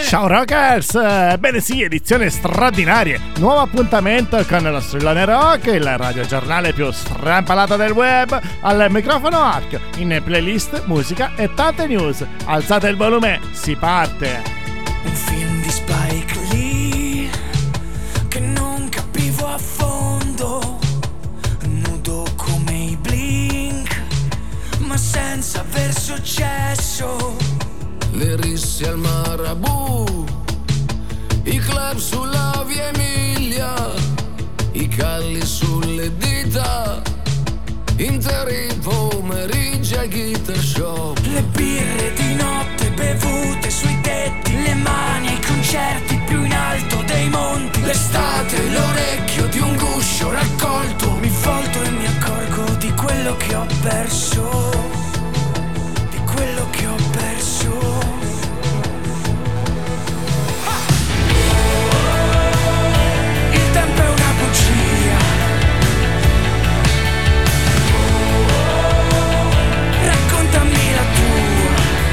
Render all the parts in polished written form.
Ciao Rockers! Bene sì, edizione straordinaria. Nuovo appuntamento con lo Strillone Rock, il radiogiornale più strampalato del web. Al microfono Ark, in playlist, musica e tante news. Alzate il volume, si parte! Un film di Spike Lee che non capivo a fondo, nudo come i Blink, ma senza aver successo. Le risse al Marabù, i club sulla via Emilia, i calli sulle dita, interi pomeriggi al guitar shop. Le birre di notte bevute sui tetti, le mani ai concerti più in alto dei monti. L'estate, l'orecchio di un guscio raccolto, mi volto e mi accorgo di quello che ho perso, di quello che ho perso. Il tempo è una bugia, raccontami la tua.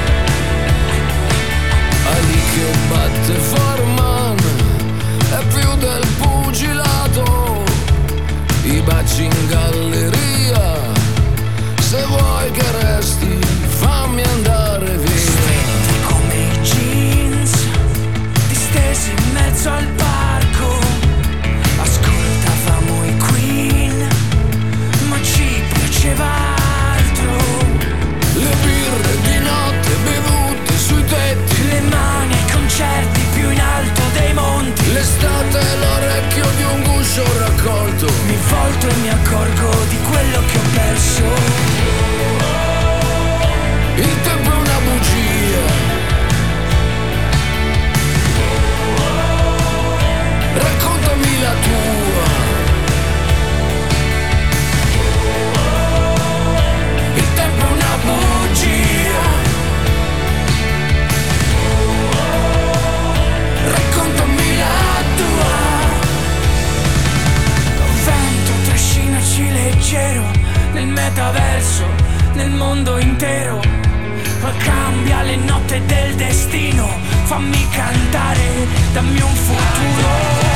Ali che batte Foreman, è più del pugilato, i baci in galleria, se vuoi che resti fammi andare via. Stretti come i jeans, distesi in mezzo al parco, ascoltavamo i Queen, ma ci piaceva altro. Le birre di notte bevute sui tetti, Le mani ai concerti più in alto dei monti. l'estate è l'orecchio di un guscio raccolto. Mi volto e mi accorgo di quello che ho perso. Il tempo è una bugia, raccontami la tua. Il tempo è una bugia, raccontami la tua. Vento, trascinaci leggero nel metaverso, nel mondo intero. Cambia le note del destino, fammi cantare, dammi un futuro.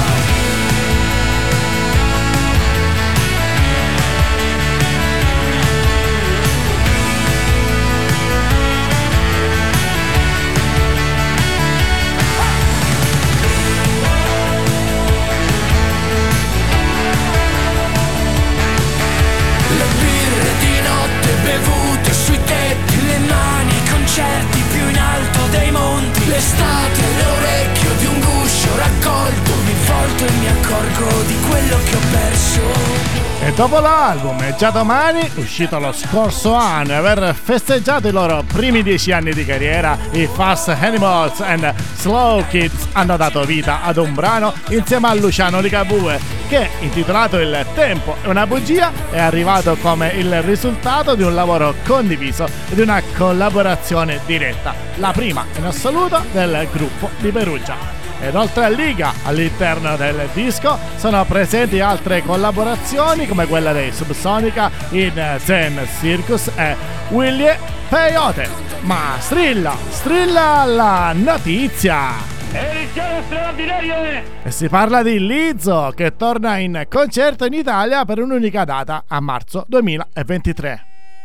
Le birre di notte bevute sui tetti, le mani ai concerti più in alto dei monti. L'estate è l'orecchio di un guscio raccolto, mi volto e mi accorgo di quello che ho perso. E dopo l'album è già domani, uscito lo scorso anno, e aver festeggiato i loro primi 10 anni di carriera, i Fast Animals and Slow Kids hanno dato vita ad un brano insieme a Luciano Ligabue che, intitolato Il tempo è una bugia, è arrivato come il risultato di un lavoro condiviso e di una collaborazione diretta, la prima in assoluto del gruppo di Perugia. Ed oltre a Liga, all'interno del disco sono presenti altre collaborazioni come quella dei Subsonica in Zen Circus e Willie Peyote. Ma strilla la notizia! Edizione straordinaria! E si parla di Lizzo che torna in concerto in Italia per un'unica data a marzo 2023.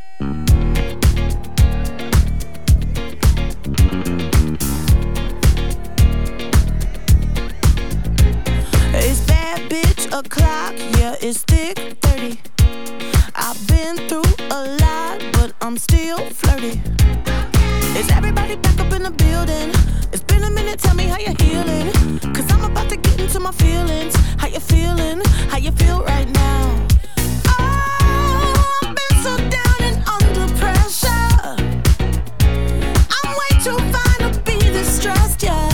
It's bad bitch o'clock, yeah, it's thick 30. I've been through a lot, but I'm still flirty. Is everybody back up in the building? It's been a minute, tell me how you're healing. Cause I'm about to get into my feelings. How you feeling? How you feel right now? Oh, I've been so down and under pressure. I'm way too fine to be this stressed, yeah.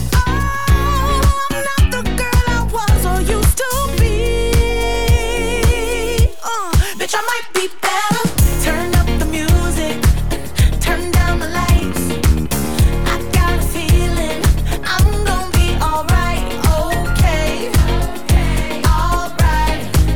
Bitch, I might be better. Turn up the music, turn down the lights. I got a feeling I'm gonna be alright, okay, alright.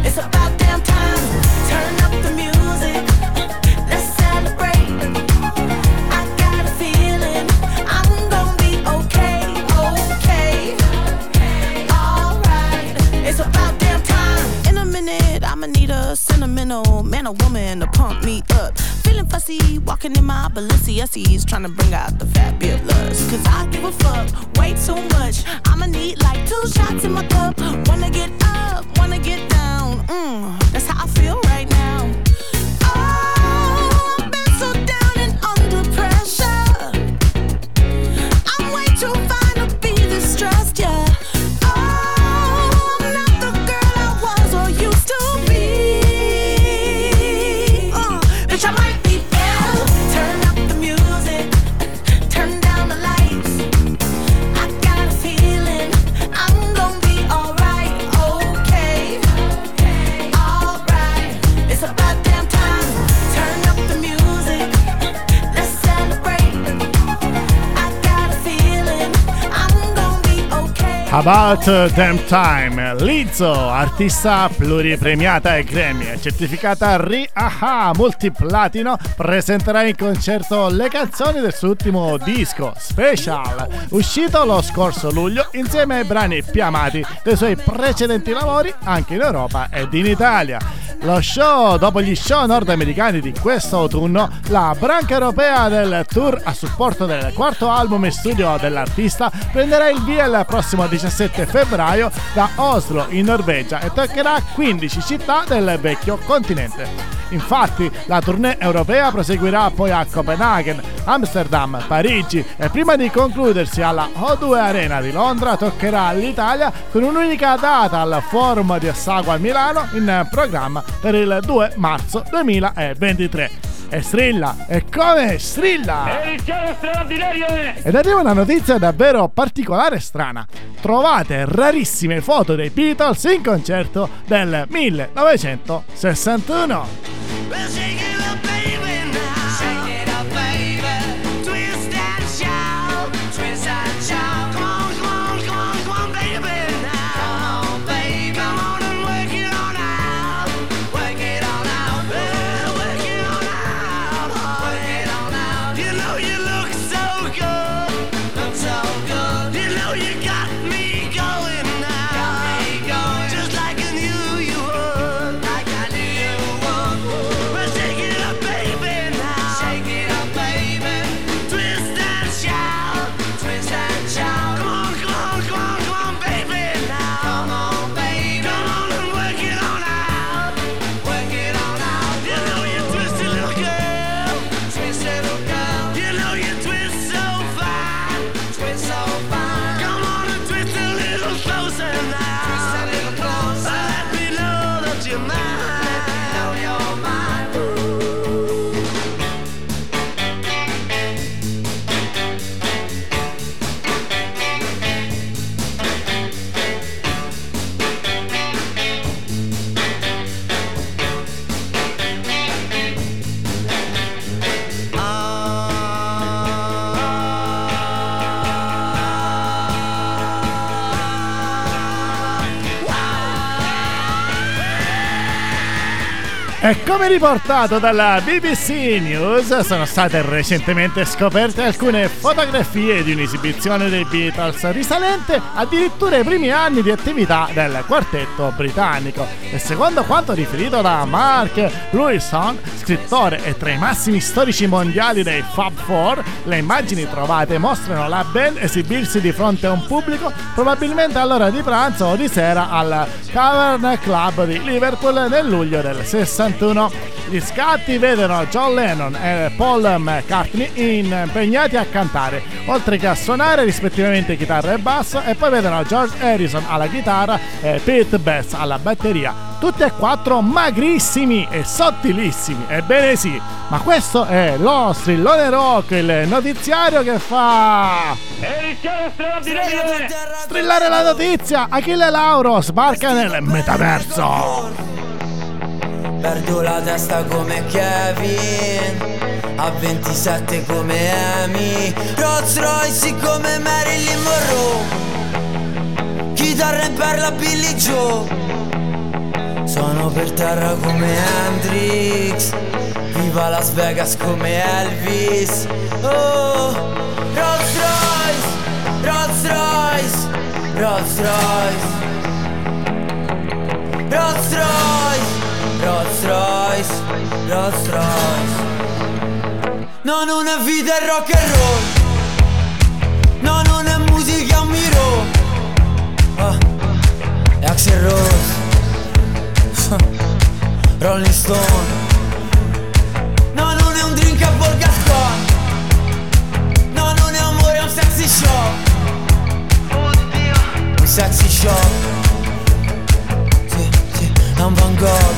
need a sentimental man or woman to pump me up. Feeling fussy, walking in my Balenciennes, trying to bring out the fabulous. Cause I give a fuck way too much. I'ma need like 2 shots in my cup. Wanna get up, wanna get down. That's how I feel right now. Oh, I've been so down and under pressure. I'm way too fine to be distressed, yeah. Oh, I'm not the girl I was or used to be. Bitch, I might be down. Turn up the music, turn down the lights. I got a feeling I'm gonna be alright, okay, alright. It's about damn time. Turn up the music, let's celebrate. I got a feeling I'm gonna be okay. About Damn Time. Lizzo, artista pluripremiata ai Grammy e certificata RIAA multiplatino, presenterà in concerto le canzoni del suo ultimo disco Special, uscito lo scorso luglio insieme ai brani più amati dei suoi precedenti lavori anche in Europa ed in Italia. Lo show, dopo gli show nordamericani di questo autunno, la branca europea del tour a supporto del quarto album in studio dell'artista prenderà il via il prossimo 17 febbraio da Oslo in Norvegia e toccherà 15 città del vecchio continente. Infatti la tournée europea proseguirà poi a Copenaghen, Amsterdam, Parigi e prima di concludersi alla O2 Arena di Londra toccherà l'Italia con un'unica data al Forum di Assago a Milano in programma per il 2 marzo 2023. E strilla, e come strilla! Edizione straordinaria! Ed arriva una notizia davvero particolare e strana. Trovate rarissime foto dei Beatles in concerto del 1961. Well, shake it up, baby, now. Shake it up, baby. Twist and shout, twist and shout. Come on, come on, come on, come on, baby, now. Come on, baby, come on and work it on out. Work it on out, well, work it on out. Work it on out. You know you look so good, look so good. You know you got me going now. Got me going, just like I knew you would. Like I knew you would. Well, shake it up, baby, now. Shake it up, baby. Twist and shout, twist and shout. Come on, come on, come on, come on, baby, now. Come on, baby. Come on and work it on out. Work it on out. You know you twisted little girl. Twisted little girl. You know you twist so fine. Twist so fine. Come on and twist a little closer now. Twist a little closer. Let me know that you're mine. Let me know you're mine. E come riportato dalla BBC News, sono state recentemente scoperte alcune fotografie di un'esibizione dei Beatles risalente addirittura ai primi anni di attività del quartetto britannico. E secondo quanto riferito da Mark Lewison, scrittore e tra i massimi storici mondiali dei Fab Four, le immagini trovate mostrano la band esibirsi di fronte a un pubblico probabilmente all'ora di pranzo o di sera al Cavern Club di Liverpool nel luglio del 61. Gli scatti vedono John Lennon e Paul McCartney impegnati a cantare, oltre che a suonare rispettivamente chitarra e basso, e poi vedono George Harrison alla chitarra e Pete Best alla batteria, tutti e quattro magrissimi e sottilissimi. Ebbene sì, ma questo è lo strillone rock, il notiziario che fa Edizione straordinaria! strillare la notizia. Achille Lauro sbarca nel metaverso. Perdo la testa come Kevin, a 27 come Amy, Rolls Royce come Marilyn Monroe, chitarra in perla Billy Joe. Sono per terra come Hendrix, viva Las Vegas come Elvis. Oh, Rolls Royce, Rolls Royce, Rolls Royce, Rolls Royce, Royce, Rolls Royce. No, non è vita, è rock and roll. No, non è musica, un miro. È Axl Rose, Rolling Stone. No, non è un drink a Borgascon. No, non è amore, è un sexy show. Oddio, un sexy show. Sì, sì, è un Van Gogh.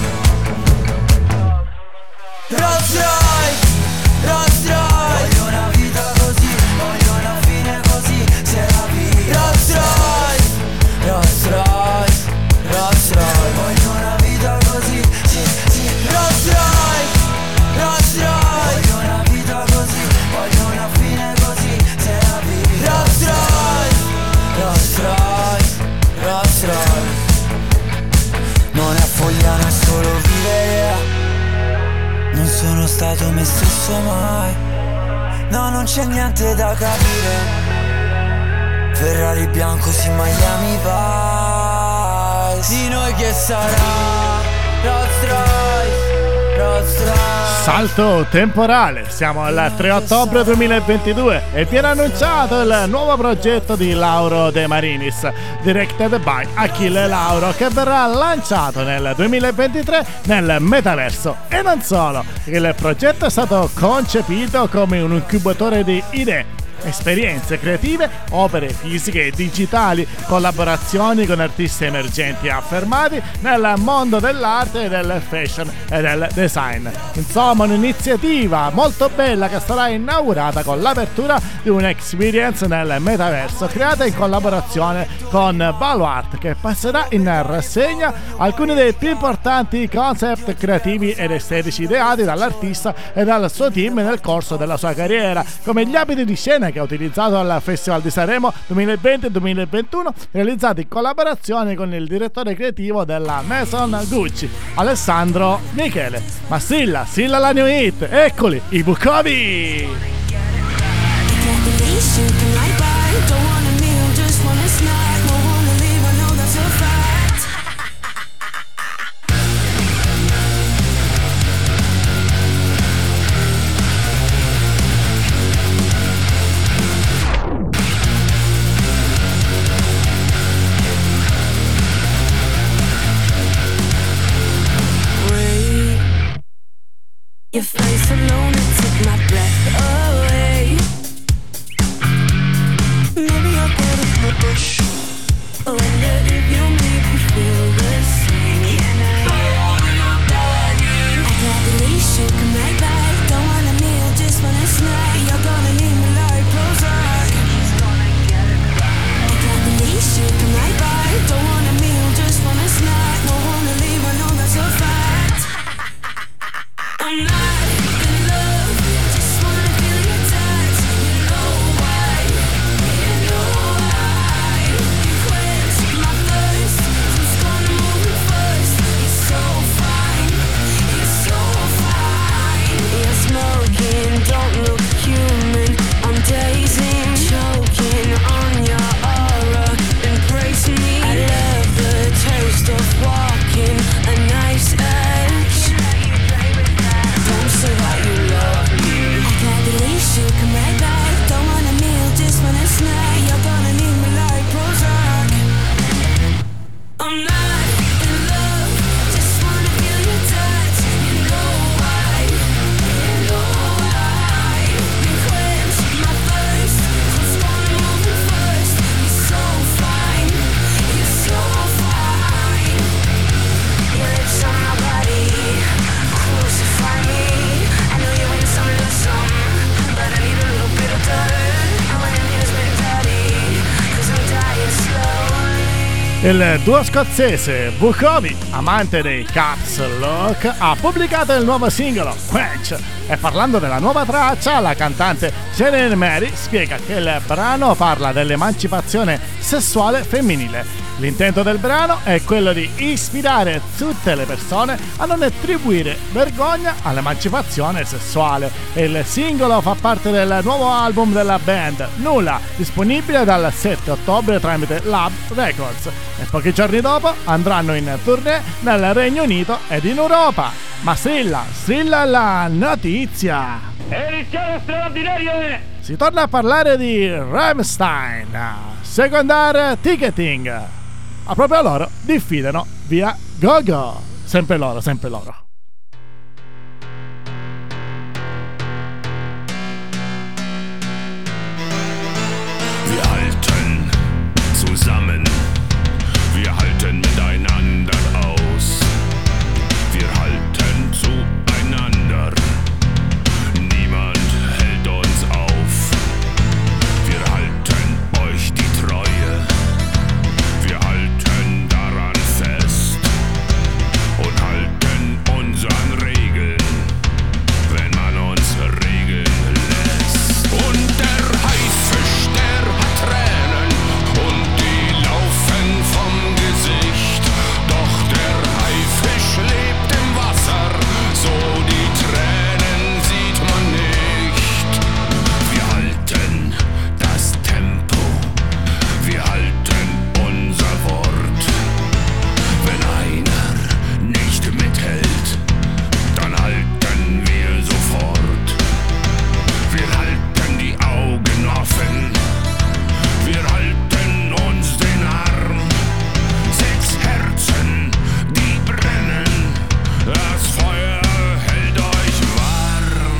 Rolls Royce, Rolls Royce. Voglio una vita così, voglio una fine così, se la vita. Rolls Royce, Rolls Royce, Rolls Royce. Voglio una vita così, sì, sì. Rolls Royce, Rolls Royce. Voglio una vita così, voglio una fine così, se la vita. Rolls Royce, Rolls Royce, Rolls Royce. Non è Fogliano, è solo vivere. Non sono stato me stesso mai. No, non c'è niente da capire. Ferrari bianco, sì, Miami Vice. Di noi che sarà Rolls Royce, Rolls Royce. Salto temporale, siamo al 3 ottobre 2022 e viene annunciato il nuovo progetto di Lauro De Marinis, directed by Achille Lauro, che verrà lanciato nel 2023 nel metaverso. E non solo, il progetto è stato concepito come un incubatore di idee, esperienze creative, opere fisiche e digitali, collaborazioni con artisti emergenti e affermati nel mondo dell'arte e del fashion e del design. Insomma, un'iniziativa molto bella che sarà inaugurata con l'apertura di un'experience nel metaverso creata in collaborazione con Baluart, che passerà in rassegna alcuni dei più importanti concept creativi ed estetici ideati dall'artista e dal suo team nel corso della sua carriera, come gli abiti di scena che ha utilizzato al Festival di Sanremo 2020 e 2021, realizzati in collaborazione con il direttore creativo della Maison Gucci, Alessandro Michele. Ma Silla la new hit, eccoli i Bucovi! Your face alone, it took my breath away. Maybe I'll go to the bush. I wonder if you'll make me feel the same. I can't believe you come right back. Don't want a meal, just want a snack. You're gonna need me like Prozac. I can't believe you come right back. Don't want a meal, just want a snack. Won't wanna leave, I know that's a fact. I'm not Il duo scozzese Bucovi, amante dei caps lock, ha pubblicato il nuovo singolo Quench, e parlando della nuova traccia, la cantante Janelle Mary spiega che il brano parla dell'emancipazione sessuale femminile. L'intento del brano è quello di ispirare tutte le persone a non attribuire vergogna all'emancipazione sessuale. Il singolo fa parte del nuovo album della band, Nulla, disponibile dal 7 ottobre tramite Lab Records, e pochi giorni dopo andranno in tournée nel Regno Unito ed in Europa. Ma strilla la notizia! Edizione straordinaria! Si torna a parlare di Rammstein, Secondary Ticketing. A proprio loro diffidano via GoGo. Sempre loro. Wir halten zusammen, wir halten miteinander aus, wir halten zueinander, niemand hält uns auf, wir halten euch die Treue, wir halten daran fest und halten uns an Regeln, wenn man uns regeln lässt. Und der Haifisch, der hat Tränen und die laufen vom Gesicht. Doch der Haifisch lebt im Wasser, so die Tränen sieht man nicht. Wir halten das Tempo, wir halten unser Wort. Wenn einer nicht mithält, dann halten wir sofort. Wir halten die Augen offen, wir halten uns den Arm. 6 Herzen, die brennen, das Feuer hält euch warm.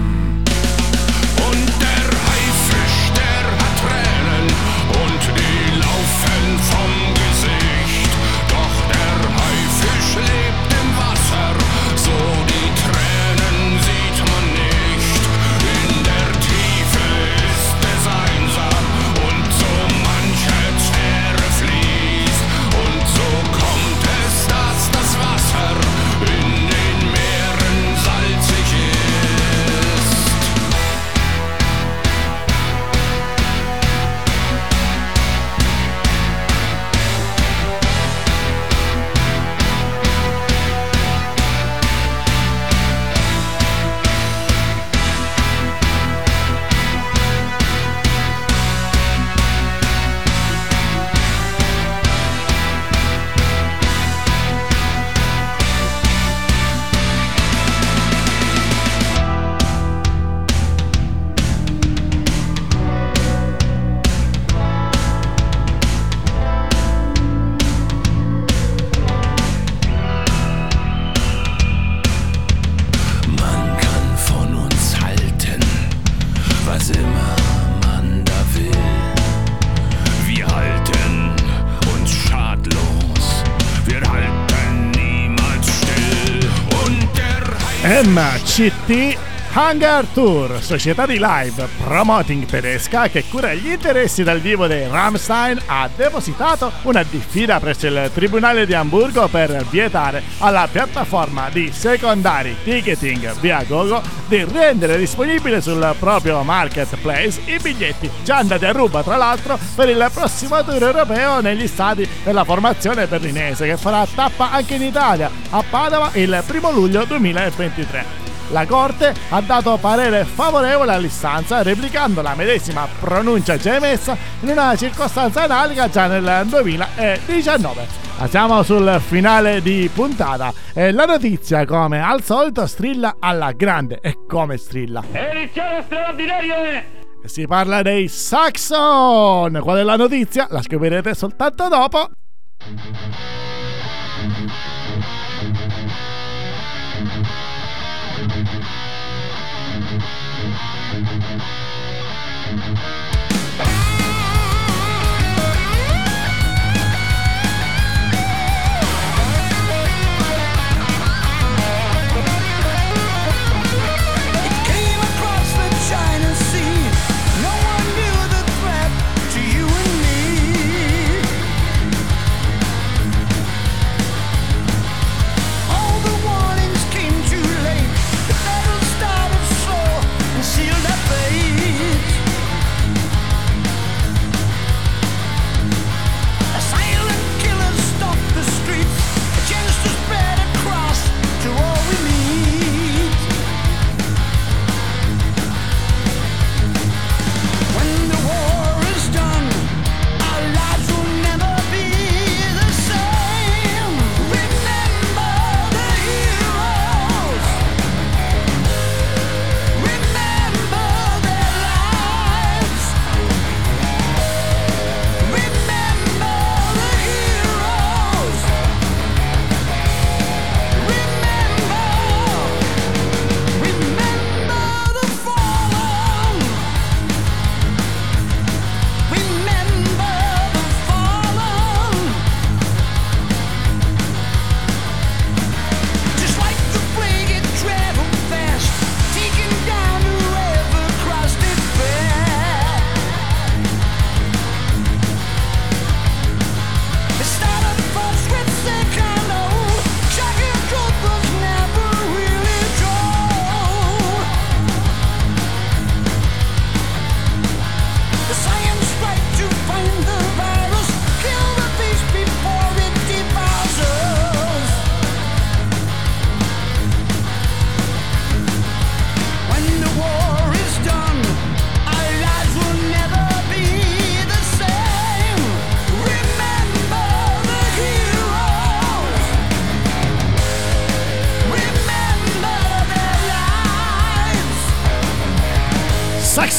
Und der Haifisch, der hat Tränen und die laufen vom Gesicht. Doch der Haifisch lebt im Wasser, so die Tränen sieht man nicht. In der Tiefe ist es einsam und so manche Träne fließt. Und so kommt es, dass das Wasser in den Meeren salzig ist. Man kann von uns halten, was immer man da will. Wir halten uns schadlos, wir halten niemals still. Und der MCT Hangar Tour, società di live promoting tedesca che cura gli interessi dal vivo dei Rammstein, ha depositato una diffida presso il Tribunale di Amburgo per vietare alla piattaforma di Secondary Ticketing via GoGo di rendere disponibile sul proprio marketplace i biglietti già andati a ruba, tra l'altro, per il prossimo tour europeo negli stadi della formazione berlinese, che farà tappa anche in Italia, a Padova, il 1 luglio 2023. La Corte ha dato parere favorevole all'istanza, replicando la medesima pronuncia già emessa in una circostanza analoga già nel 2019. Siamo sul finale di puntata e la notizia, come al solito, strilla alla grande. E come strilla? Edizione straordinaria! Si parla dei Saxon. Qual è la notizia? La scoprirete soltanto dopo.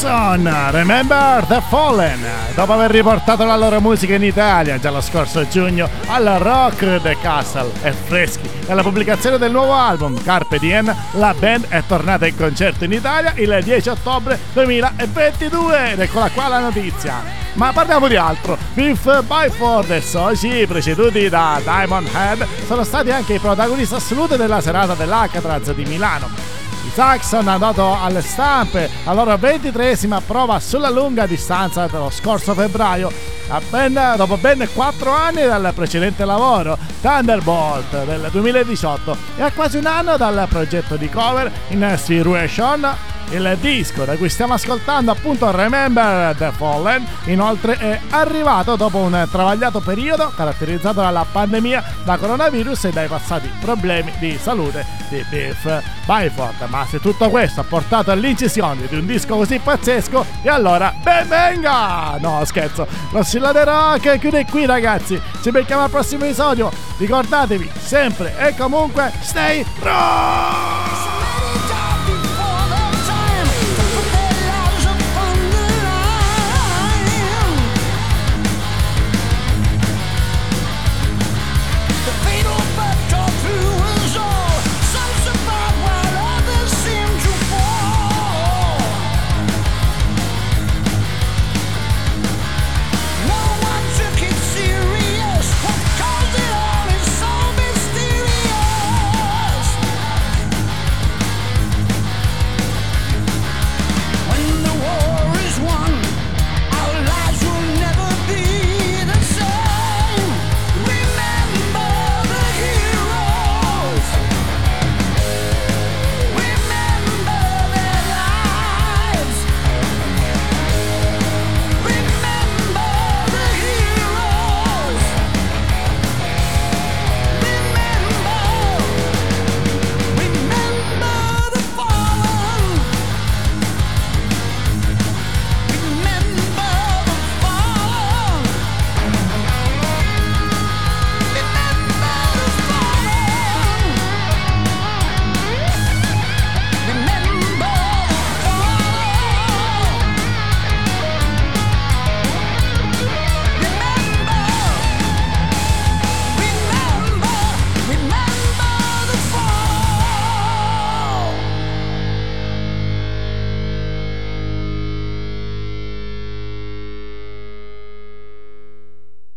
Saxon, Remember the Fallen. Dopo aver riportato la loro musica in Italia già lo scorso giugno al Rock the Castle e freschi dalla pubblicazione del nuovo album Carpe Diem, la band è tornata in concerto in Italia il 10 ottobre 2022 ed eccola qua la notizia. Ma parliamo di altro. Biff Byford e soci, preceduti da Diamond Head, sono stati anche i protagonisti assoluti della serata dell'Alcatraz di Milano. I Saxon hanno dato alle stampe la loro 23esima prova sulla lunga distanza dello scorso febbraio, dopo ben 4 anni dal precedente lavoro Thunderbolt del 2018 e a quasi un anno dal progetto di cover in Situation. Il disco da cui stiamo ascoltando, appunto Remember the Fallen, inoltre è arrivato dopo un travagliato periodo caratterizzato dalla pandemia da coronavirus e dai passati problemi di salute di Biff Byford. Ma se tutto questo ha portato all'incisione di un disco così pazzesco, e allora ben venga! No, scherzo, l'Oscillone Rock chiude qui, ragazzi. Ci becchiamo al prossimo episodio. Ricordatevi sempre e comunque stay rock!